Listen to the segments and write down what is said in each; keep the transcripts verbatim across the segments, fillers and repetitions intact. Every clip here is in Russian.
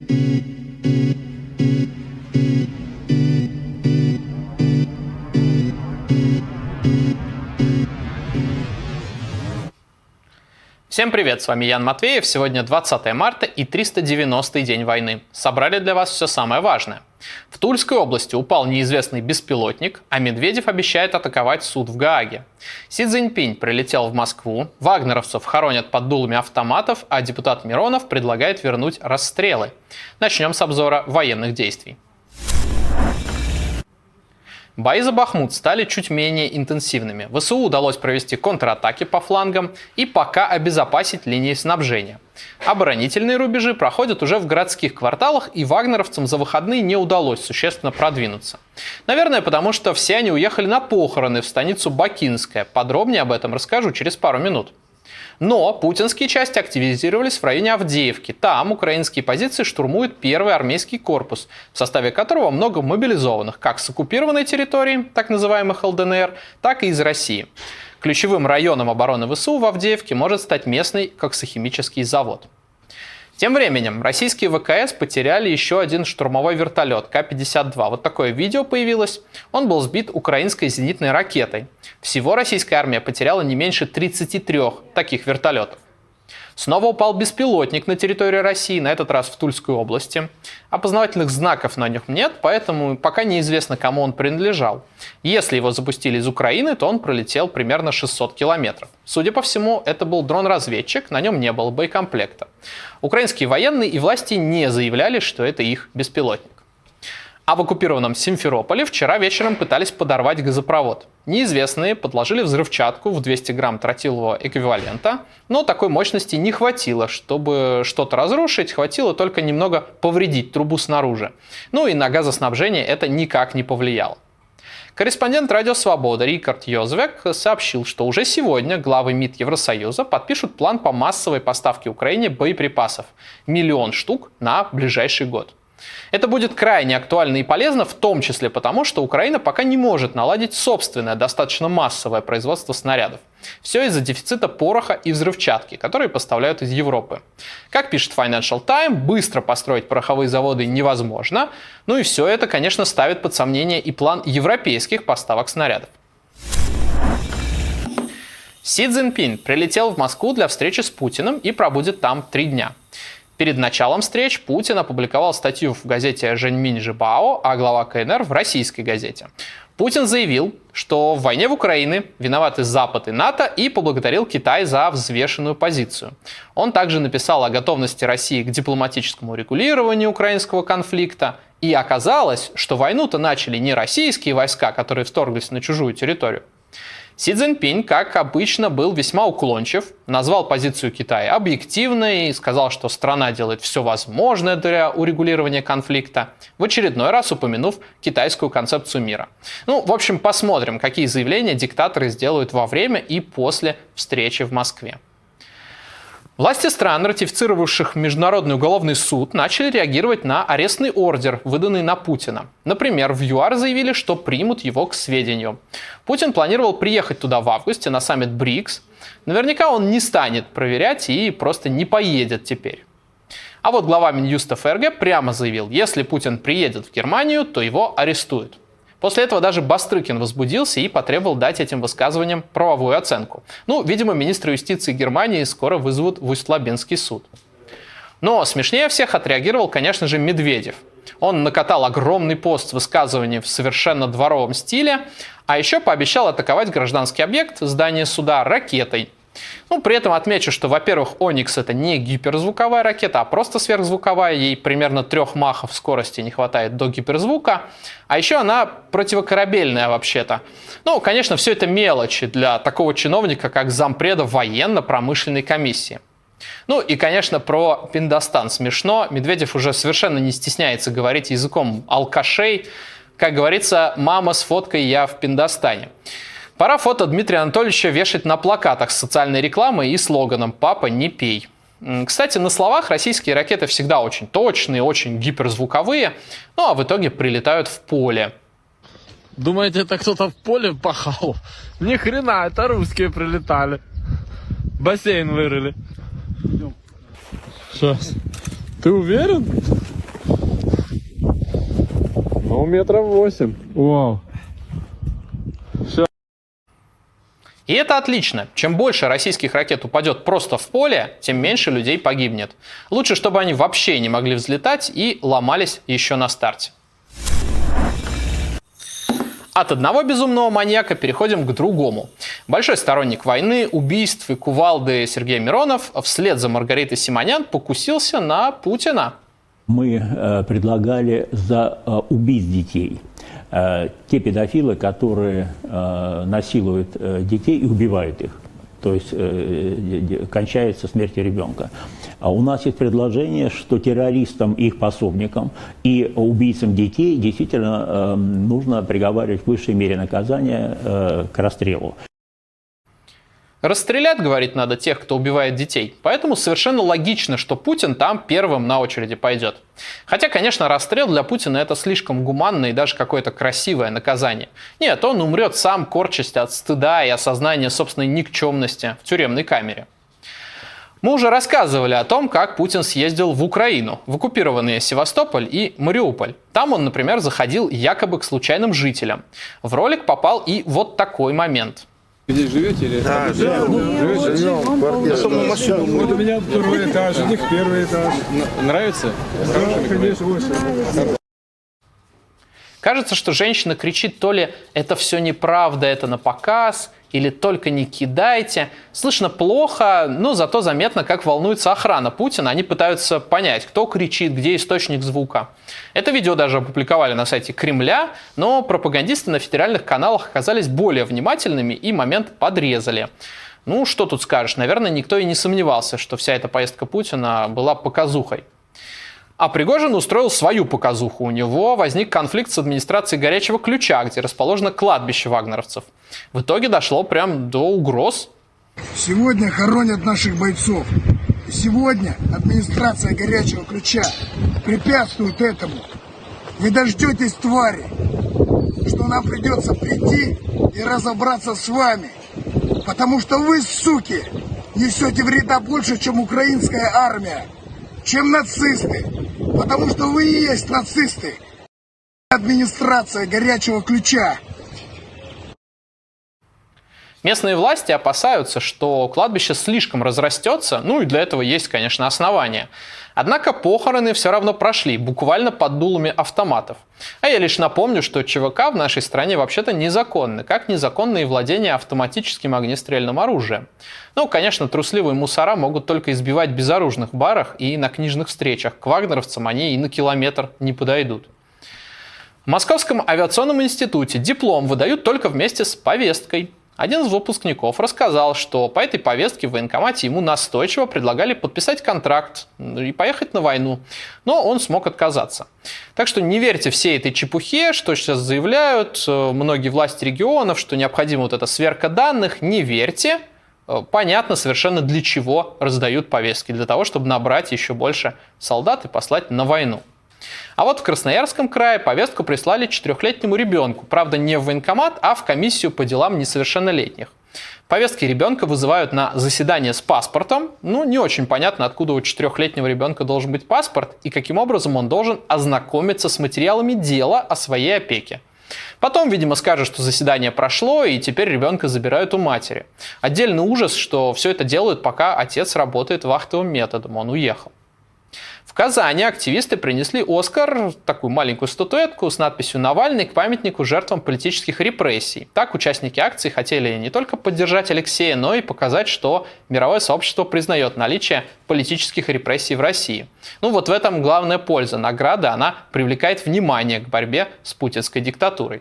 Всем привет, с вами Ян Матвеев. Сегодня двадцатое марта и триста девяностый день войны. Собрали для вас все самое важное. В Тульской области упал неизвестный беспилотник, а Медведев обещает атаковать суд в Гааге. Си Цзиньпинь прилетел в Москву, вагнеровцев хоронят под дулами автоматов, а депутат Миронов предлагает вернуть расстрелы. Начнем с обзора военных действий. Бои за Бахмут стали чуть менее интенсивными. ВСУ удалось провести контратаки по флангам и пока обезопасить линии снабжения. Оборонительные рубежи проходят уже в городских кварталах, и вагнеровцам за выходные не удалось существенно продвинуться. Наверное, потому что все они уехали на похороны в станицу Бакинская. Подробнее об этом расскажу через пару минут. Но путинские части активизировались в районе Авдеевки. Там украинские позиции штурмует первый армейский корпус, в составе которого много мобилизованных как с оккупированной территории, так называемых эл дэ эн эр, так и из России. Ключевым районом обороны ВСУ в Авдеевке может стать местный коксохимический завод. Тем временем российские вэ ка эс потеряли еще один штурмовой вертолет Ка пятьдесят два. Вот такое видео появилось. Он был сбит украинской зенитной ракетой. Всего российская армия потеряла не меньше тридцати трёх таких вертолетов. Снова упал беспилотник на территории России, на этот раз в Тульской области. Опознавательных знаков на нем нет, поэтому пока неизвестно, кому он принадлежал. Если его запустили из Украины, то он пролетел примерно шестьсот километров. Судя по всему, это был дрон-разведчик, на нем не было боекомплекта. Украинские военные и власти не заявляли, что это их беспилотник. А в оккупированном Симферополе вчера вечером пытались подорвать газопровод. Неизвестные подложили взрывчатку в двести грамм тротилового эквивалента, но такой мощности не хватило, чтобы что-то разрушить, хватило только немного повредить трубу снаружи. Ну и на газоснабжение это никак не повлияло. Корреспондент Радио Свобода Рикард Йозвек сообщил, что уже сегодня главы МИД Евросоюза подпишут план по массовой поставке Украине боеприпасов. Миллион штук на ближайший год. Это будет крайне актуально и полезно, в том числе потому, что Украина пока не может наладить собственное достаточно массовое производство снарядов. Все из-за дефицита пороха и взрывчатки, которые поставляют из Европы. Как пишет Financial Times, быстро построить пороховые заводы невозможно. Ну и все это, конечно, ставит под сомнение и план европейских поставок снарядов. Си Цзиньпинь прилетел в Москву для встречи с Путиным и пробудет там три дня. Перед началом встреч Путин опубликовал статью в газете «Женьминь Жибао», а глава ка эн эр в российской газете. Путин заявил, что в войне в Украине виноваты Запад и НАТО, и поблагодарил Китай за взвешенную позицию. Он также написал о готовности России к дипломатическому регулированию украинского конфликта. И оказалось, что войну-то начали не российские войска, которые вторглись на чужую территорию. Си Цзиньпинь, как обычно, был весьма уклончив, назвал позицию Китая объективной и сказал, что страна делает все возможное для урегулирования конфликта, в очередной раз упомянув китайскую концепцию мира. Ну, в общем, посмотрим, какие заявления диктаторы сделают во время и после встречи в Москве. Власти стран, ратифицировавших Международный уголовный суд, начали реагировать на арестный ордер, выданный на Путина. Например, в ЮАР заявили, что примут его к сведению. Путин планировал приехать туда в августе на саммит БРИКС. Наверняка он не станет проверять и просто не поедет теперь. А вот глава Минюста эф эр гэ прямо заявил, если Путин приедет в Германию, то его арестуют. После этого даже Бастрыкин возбудился и потребовал дать этим высказываниям правовую оценку. Ну, видимо, министра юстиции Германии скоро вызовут в Усть-Лабинский суд. Но смешнее всех отреагировал, конечно же, Медведев. Он накатал огромный пост с высказыванием в совершенно дворовом стиле, а еще пообещал атаковать гражданский объект, здание суда, ракетой. Ну, при этом отмечу, что, во-первых, Оникс это не гиперзвуковая ракета, а просто сверхзвуковая. Ей примерно трех махов скорости не хватает до гиперзвука. А еще она противокорабельная вообще-то. Ну, конечно, все это мелочи для такого чиновника, как зампреда военно-промышленной комиссии. Ну и, конечно, про Пиндостан смешно. Медведев уже совершенно не стесняется говорить языком алкашей. Как говорится, мама с фоткой «я в Пиндостане». Пора фото Дмитрия Анатольевича вешать на плакатах с социальной рекламой и слоганом «Папа, не пей». Кстати, на словах российские ракеты всегда очень точные, очень гиперзвуковые, ну а в итоге прилетают в поле. Думаете, это кто-то в поле пахал? Ни хрена, это русские прилетали. Бассейн вырыли. Сейчас. Ты уверен? Ну, метров восемь. Вау. И это отлично. Чем больше российских ракет упадет просто в поле, тем меньше людей погибнет. Лучше, чтобы они вообще не могли взлетать и ломались еще на старте. От одного безумного маньяка переходим к другому. Большой сторонник войны, убийств и кувалды Сергей Миронов вслед за Маргаритой Симонян покусился на Путина. Мы э, предлагали за э, убийц детей. Э, те педофилы, которые э, насилуют э, детей и убивают их. То есть э, кончается смертью ребенка. А у нас есть предложение, что террористам и их пособникам и убийцам детей действительно э, нужно приговаривать в высшей мере наказания э, к расстрелу. Расстрелять, говорит, надо тех, кто убивает детей. Поэтому совершенно логично, что Путин там первым на очереди пойдет. Хотя, конечно, расстрел для Путина это слишком гуманное и даже какое-то красивое наказание. Нет, он умрет сам, корчась от стыда и осознания собственной никчемности в тюремной камере. Мы уже рассказывали о том, как Путин съездил в Украину, в оккупированные Севастополь и Мариуполь. Там он, например, заходил якобы к случайным жителям. В ролик попал и вот такой момент. Здесь живете или? Да, живем. Живете? Живем. Квартира. Машину. Вот у меня второй этаж, у них первый этаж. Нравится? Да, конечно, очень. Кажется, что женщина кричит то ли «это все неправда, это на показ», или «только не кидайте». Слышно плохо, но зато заметно, как волнуется охрана Путина. Они пытаются понять, кто кричит, где источник звука. Это видео даже опубликовали на сайте Кремля, но пропагандисты на федеральных каналах оказались более внимательными и момент подрезали. Ну, что тут скажешь, наверное, никто и не сомневался, что вся эта поездка Путина была показухой. А Пригожин устроил свою показуху. У него возник конфликт с администрацией Горячего Ключа, где расположено кладбище вагнеровцев. В итоге дошло прям до угроз. Сегодня хоронят наших бойцов. Сегодня администрация Горячего Ключа препятствует этому. Вы дождетесь, твари, что нам придется прийти и разобраться с вами. Потому что вы, суки, несете вреда больше, чем украинская армия, чем нацисты. Потому что вы и есть нацисты. Администрация Горячего Ключа. Местные власти опасаются, что кладбище слишком разрастется, ну и для этого есть, конечно, основания. Однако похороны все равно прошли, буквально под дулами автоматов. А я лишь напомню, что ЧВК в нашей стране вообще-то незаконны, как незаконно и владение автоматическим огнестрельным оружием. Ну, конечно, трусливые мусора могут только избивать безоружных в барах и на книжных встречах. К вагнеровцам они и на километр не подойдут. В Московском авиационном институте диплом выдают только вместе с повесткой. Один из выпускников рассказал, что по этой повестке в военкомате ему настойчиво предлагали подписать контракт и поехать на войну, но он смог отказаться. Так что не верьте всей этой чепухе, что сейчас заявляют многие власти регионов, что необходима вот эта сверка данных. Не верьте. Понятно совершенно, для чего раздают повестки. Для того, чтобы набрать еще больше солдат и послать на войну. А вот в Красноярском крае повестку прислали четырехлетнему ребенку. Правда, не в военкомат, а в комиссию по делам несовершеннолетних. Повестки ребенка вызывают на заседание с паспортом. Ну, не очень понятно, откуда у четырехлетнего ребенка должен быть паспорт и каким образом он должен ознакомиться с материалами дела о своей опеке. Потом, видимо, скажут, что заседание прошло, и теперь ребенка забирают у матери. Отдельный ужас, что все это делают, пока отец работает вахтовым методом, он уехал. В Казани активисты принесли «Оскар», такую маленькую статуэтку с надписью «Навальный» к памятнику жертвам политических репрессий. Так участники акции хотели не только поддержать Алексея, но и показать, что мировое сообщество признает наличие политических репрессий в России. Ну вот в этом главная польза. Награда, она привлекает внимание к борьбе с путинской диктатурой.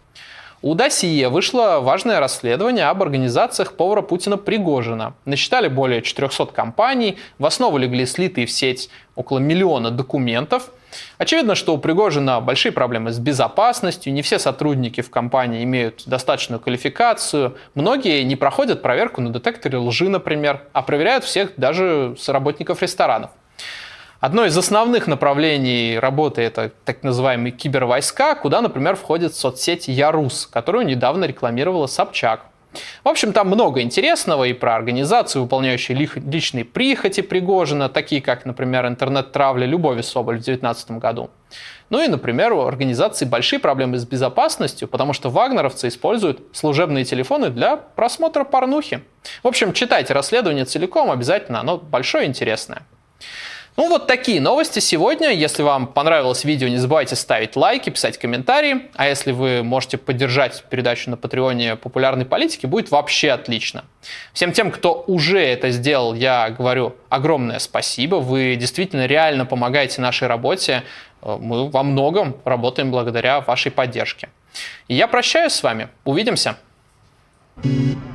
У «Досье» вышло важное расследование об организациях повара Путина Пригожина. Насчитали более четырехсот компаний, в основу легли слитые в сеть около миллиона документов. Очевидно, что у Пригожина большие проблемы с безопасностью, не все сотрудники в компании имеют достаточную квалификацию, многие не проходят проверку на детекторе лжи, например, а проверяют всех даже работников ресторанов. Одно из основных направлений работы – это так называемые кибервойска, куда, например, входит соцсеть «Я Рус», которую недавно рекламировала Собчак. В общем, там много интересного и про организации, выполняющие личные прихоти Пригожина, такие как, например, интернет-травля Любови Соболь в две тысячи девятнадцатом году. Ну и, например, у организации большие проблемы с безопасностью, потому что вагнеровцы используют служебные телефоны для просмотра порнухи. В общем, читайте расследование целиком, обязательно, оно большое и интересное. Ну вот такие новости сегодня. Если вам понравилось видео, не забывайте ставить лайки, писать комментарии. А если вы можете поддержать передачу на Патреоне популярной политики, будет вообще отлично. Всем тем, кто уже это сделал, я говорю огромное спасибо. Вы действительно реально помогаете нашей работе. Мы во многом работаем благодаря вашей поддержке. И я прощаюсь с вами. Увидимся.